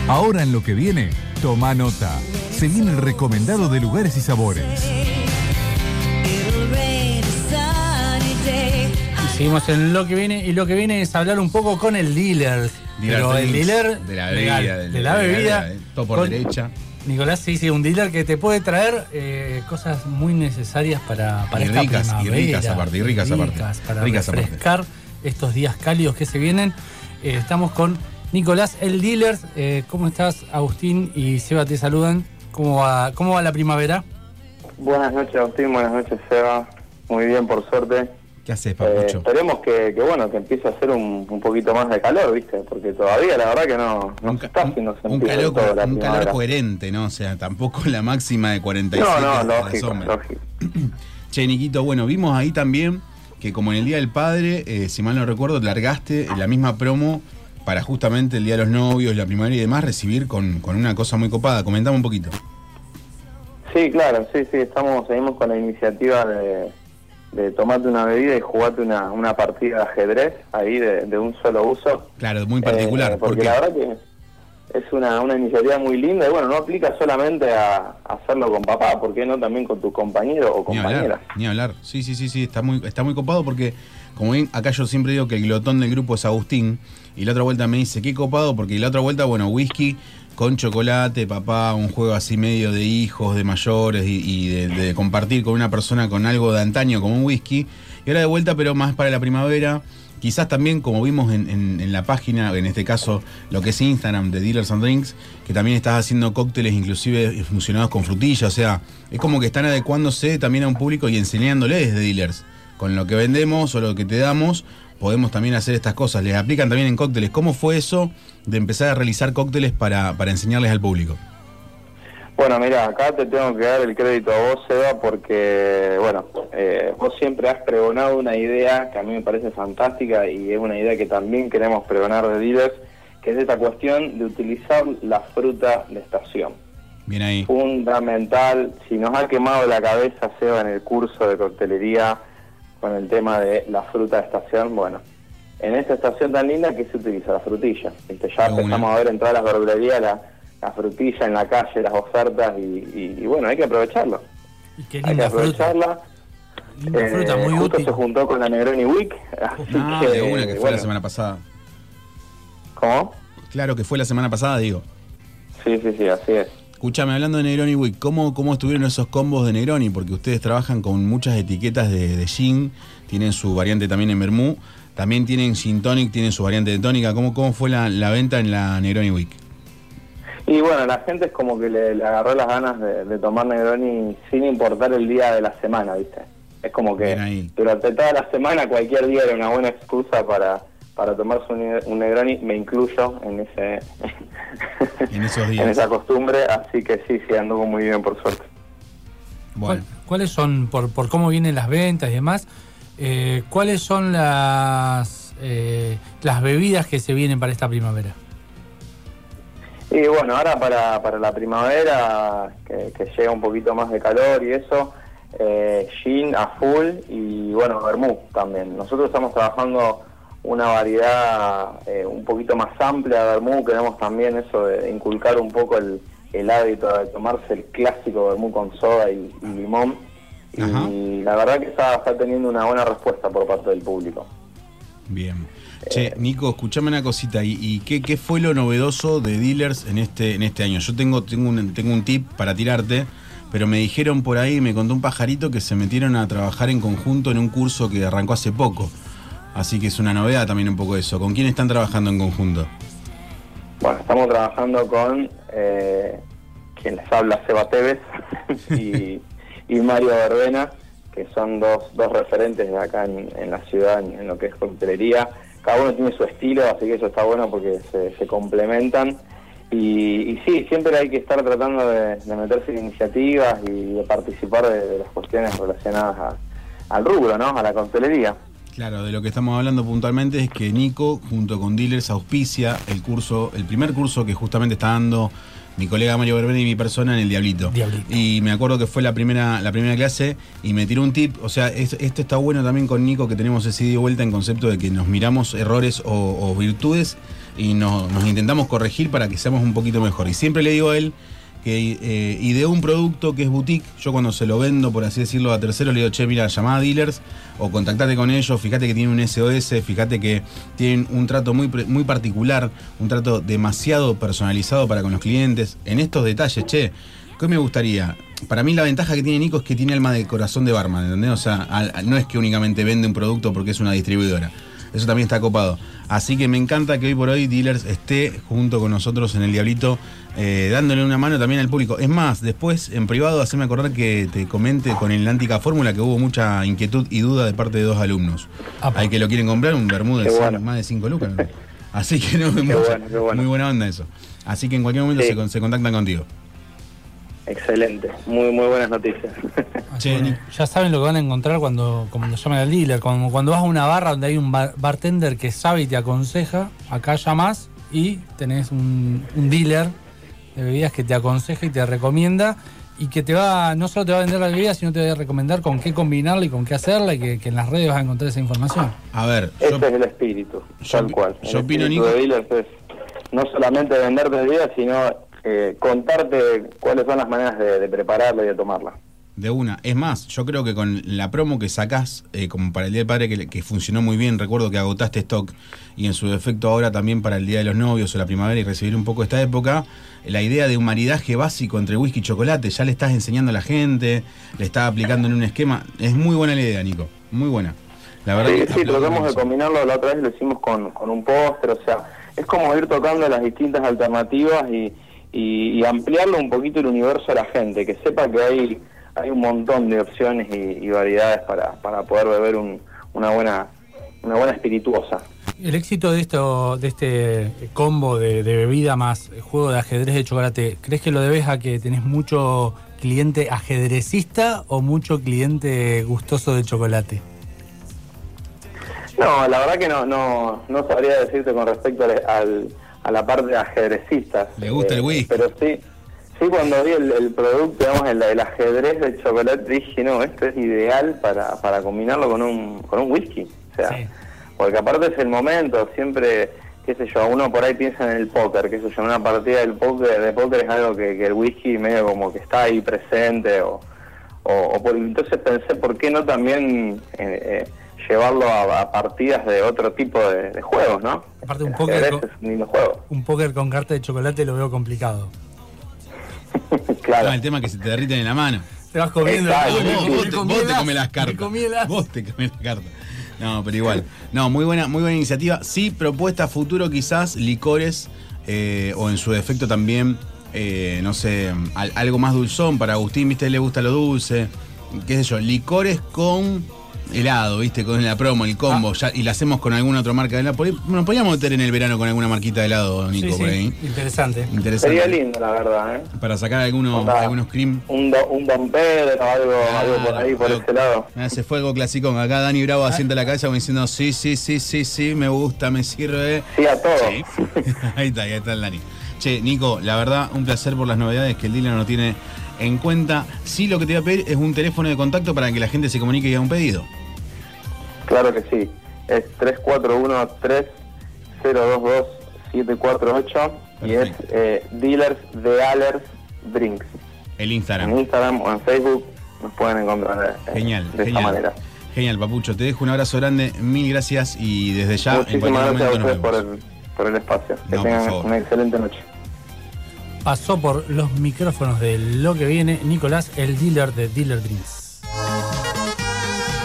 Ahora en lo que viene, toma nota. Se viene el recomendado de lugares y sabores. Y seguimos en lo que viene, y lo que viene es hablar un poco con el dealer. Pero el dealer de la bebida, de la bebida, todo por derecha. Nicolás, sí, un dealer que te puede traer cosas muy necesarias para y esta ricas, primavera. Y ricas aparte. Para refrescar estos días cálidos que se vienen. Estamos con Nicolás, el dealer. ¿Cómo estás? Agustín y Seba te saludan. ¿Cómo va la primavera? Buenas noches, Agustín. Buenas noches, Seba. Muy bien, por suerte. ¿Qué haces, Papucho? Esperemos que empiece a hacer un poquito más de calor, ¿viste? Porque todavía la verdad que no se está haciendo sentido. Un calor coherente, ¿no? O sea, tampoco la máxima de 47 lógico. Che, Niquito, bueno, vimos ahí también que como en el Día del Padre, si mal no recuerdo, largaste la misma promo para justamente el Día de los Novios, la primavera y demás, recibir con una cosa muy copada. Comentame un poquito. Sí, claro, sí, seguimos con la iniciativa de tomarte una bebida y jugarte una partida de ajedrez ahí de un solo uso. Claro, muy particular. Porque la verdad que es una iniciativa muy linda y bueno, no aplica solamente a hacerlo con papá, ¿por qué no también con tu compañero o compañera? Ni hablar. Sí, está muy copado porque, como ven, acá yo siempre digo que el glotón del grupo es Agustín y la otra vuelta me dice, qué copado, porque la otra vuelta, bueno, whisky con chocolate, papá, un juego así medio de hijos, de mayores y de compartir con una persona con algo de antaño como un whisky. Y ahora de vuelta, pero más para la primavera, quizás también como vimos en la página, en este caso lo que es Instagram de Dealers and Drinks, que también estás haciendo cócteles inclusive funcionados con frutilla, o sea, es como que están adecuándose también a un público y enseñándoles de dealers. Con lo que vendemos o lo que te damos, podemos también hacer estas cosas. Les aplican también en cócteles. ¿Cómo fue eso de empezar a realizar cócteles para enseñarles al público? Bueno, mira, acá te tengo que dar el crédito a vos, Seba, porque, bueno, vos siempre has pregonado una idea que a mí me parece fantástica y es una idea que también queremos pregonar de dealers, que es esta cuestión de utilizar la fruta de estación. Bien ahí. Fundamental. Si nos ha quemado la cabeza, Seba, en el curso de coctelería con el tema de la fruta de estación, bueno, en esta estación tan linda, ¿qué se utiliza? La frutilla, ¿viste? Ya empezamos a ver en todas las verdulerías la frutilla en la calle, las ofertas y bueno, hay que aprovecharlo. Y qué linda, hay que aprovecharla. Fruta muy justo útil. Se juntó con la Negroni Week, así de una que fue la semana pasada. ¿Cómo? Claro que fue la semana pasada, digo. Sí, así es. Escuchame, hablando de Negroni Week, ¿cómo estuvieron esos combos de Negroni? Porque ustedes trabajan con muchas etiquetas de gin, tienen su variante también en vermú, también tienen gin tonic, tienen su variante de tónica. ¿Cómo fue la venta en la Negroni Week? Y bueno, la gente es como que le agarró las ganas de tomar Negroni sin importar el día de la semana, ¿viste? Es como que durante toda la semana cualquier día era una buena excusa para tomarse un Negroni, me incluyo en esos días. En esa costumbre, así que sí, anduvo muy bien, por suerte. Bueno. ¿Cuáles son, por cómo vienen las ventas y demás, cuáles son las bebidas que se vienen para esta primavera? Y bueno, ahora para la primavera, que llega un poquito más de calor y eso, gin a full y bueno, vermú también. Nosotros estamos trabajando una variedad un poquito más amplia de vermú. Queremos también eso de inculcar un poco el hábito de tomarse el clásico vermú con soda y limón. Ajá. Y la verdad que está teniendo una buena respuesta por parte del público. Bien. Che, Nico, escuchame una cosita. ¿Y qué fue lo novedoso de Dealers en este año? Yo tengo un tip para tirarte, pero me dijeron por ahí, me contó un pajarito que se metieron a trabajar en conjunto en un curso que arrancó hace poco. Así que es una novedad también un poco eso. ¿Con quién están trabajando en conjunto? Bueno, estamos trabajando con quien les habla, Seba Tevez y Mario Verbena, que son dos referentes de acá en la ciudad en lo que es coctelería. Cada uno tiene su estilo, así que eso está bueno porque se complementan. Y sí, siempre hay que estar tratando de meterse en iniciativas y de participar de las cuestiones relacionadas al rubro, ¿no? A la coctelería. Claro, de lo que estamos hablando puntualmente es que Nico, junto con Dealers, auspicia el primer curso que justamente está dando mi colega Mario Berbeni y mi persona en el Diablito. Y me acuerdo que fue la primera clase y me tiró un tip. O sea, esto está bueno también con Nico, que tenemos ese ida y vuelta en concepto de que nos miramos errores o virtudes y nos intentamos corregir para que seamos un poquito mejor. Y siempre le digo a él que ideó un producto que es boutique. Yo cuando se lo vendo, por así decirlo, a terceros, le digo, che, mira, llamá a dealers o contactate con ellos, fíjate que tienen un SOS, fíjate que tienen un trato muy particular, un trato demasiado personalizado para con los clientes. En estos detalles, che, ¿qué me gustaría? Para mí la ventaja que tiene Nico es que tiene alma de corazón de barman, ¿entendés? O sea, no es que únicamente vende un producto porque es una distribuidora. Eso también está copado. Así que me encanta que hoy por hoy Dealers esté junto con nosotros en el Diablito, dándole una mano también al público. Es más, después en privado haceme acordar que te comente con el Lántica Fórmula que hubo mucha inquietud y duda de parte de 2 alumnos. Hay que lo quieren comprar, un Bermúdez más de 5 lucas, ¿no? Así que no, muy buena onda eso. Así que en cualquier momento se contactan contigo. Excelente, muy buenas noticias. Ya saben lo que van a encontrar cuando llaman al dealer. Cuando vas a una barra donde hay un bartender que sabe y te aconseja, acá llamás y tenés un dealer de bebidas que te aconseja y te recomienda y que no solo te va a vender la bebida, sino te va a recomendar con qué combinarla y con qué hacerla y que en las redes vas a encontrar esa información. A ver, ese es el espíritu, tal cual. Yo opino, Nico, de dealers es no solamente vender bebidas, sino contarte cuáles son las maneras de prepararla y de tomarla. De una. Es más, yo creo que con la promo que sacás, como para el Día del Padre, que funcionó muy bien, recuerdo que agotaste stock, y en su defecto ahora también para el Día de los Novios o la primavera y recibir un poco esta época, la idea de un maridaje básico entre whisky y chocolate, ya le estás enseñando a la gente, le estás aplicando en un esquema. Es muy buena la idea, Nico. Muy buena. La verdad sí, tratamos de combinarlo. La otra vez lo hicimos con un póster, o sea, es como ir tocando las distintas alternativas y ampliarlo un poquito el universo a la gente, que sepa que hay un montón de opciones y variedades para poder beber una buena espirituosa. El éxito de este combo de bebida más juego de ajedrez de chocolate, ¿crees que lo debes a que tenés mucho cliente ajedrecista o mucho cliente gustoso de chocolate? No, la verdad que no sabría decirte con respecto a la parte de ajedrecistas. ¿Le gusta el whisky? Pero sí, cuando vi el producto, digamos, el ajedrez de chocolate, dije, no, esto es ideal para combinarlo con un whisky. O sea, sí. Porque aparte es el momento, siempre, qué sé yo, uno por ahí piensa en el póker, qué sé yo, una partida de póker es algo que el whisky medio como que está ahí presente, entonces pensé, ¿por qué no también llevarlo a partidas de otro tipo de juegos, ¿no? Aparte es un lindo juego. Un póker con carta de chocolate lo veo complicado. Claro. El tema es que se te derriten en la mano. Te vas comiendo. Vos te comés las cartas. Vos te comés las cartas. No, pero igual. No, muy buena iniciativa. Sí, propuesta a futuro quizás, licores, o en su defecto también, no sé, algo más dulzón. Para Agustín, viste, le gusta lo dulce. Qué sé yo, licores con helado, viste, con la promo, el combo, y la hacemos con alguna otra marca de helado. Nos podríamos meter en el verano con alguna marquita de helado, Nico, sí, por ahí. Interesante. Sería lindo, la verdad, para sacar algunos cream. Un Don Pedro, algo por ahí, por ese lado. Se fue algo clásico. Acá Dani Bravo haciendo la cabeza como diciendo, sí, me gusta, me sirve. Sí, a todo. Sí. ahí está el Dani. Che, Nico, la verdad, un placer por las novedades que el dealer no tiene en cuenta. Sí, lo que te voy a pedir es un teléfono de contacto para que la gente se comunique y haga un pedido. Claro que sí, es 341-3022-748 y es Dealers de Allers Drinks. El Instagram. En Instagram o en Facebook nos pueden encontrar de esta manera. Genial, Papucho, te dejo un abrazo grande, mil gracias y desde ya muchísimas gracias a ustedes por el espacio. Que tengan una excelente noche. Pasó por los micrófonos de Lo que Viene Nicolás, el dealer de Dealer Drinks.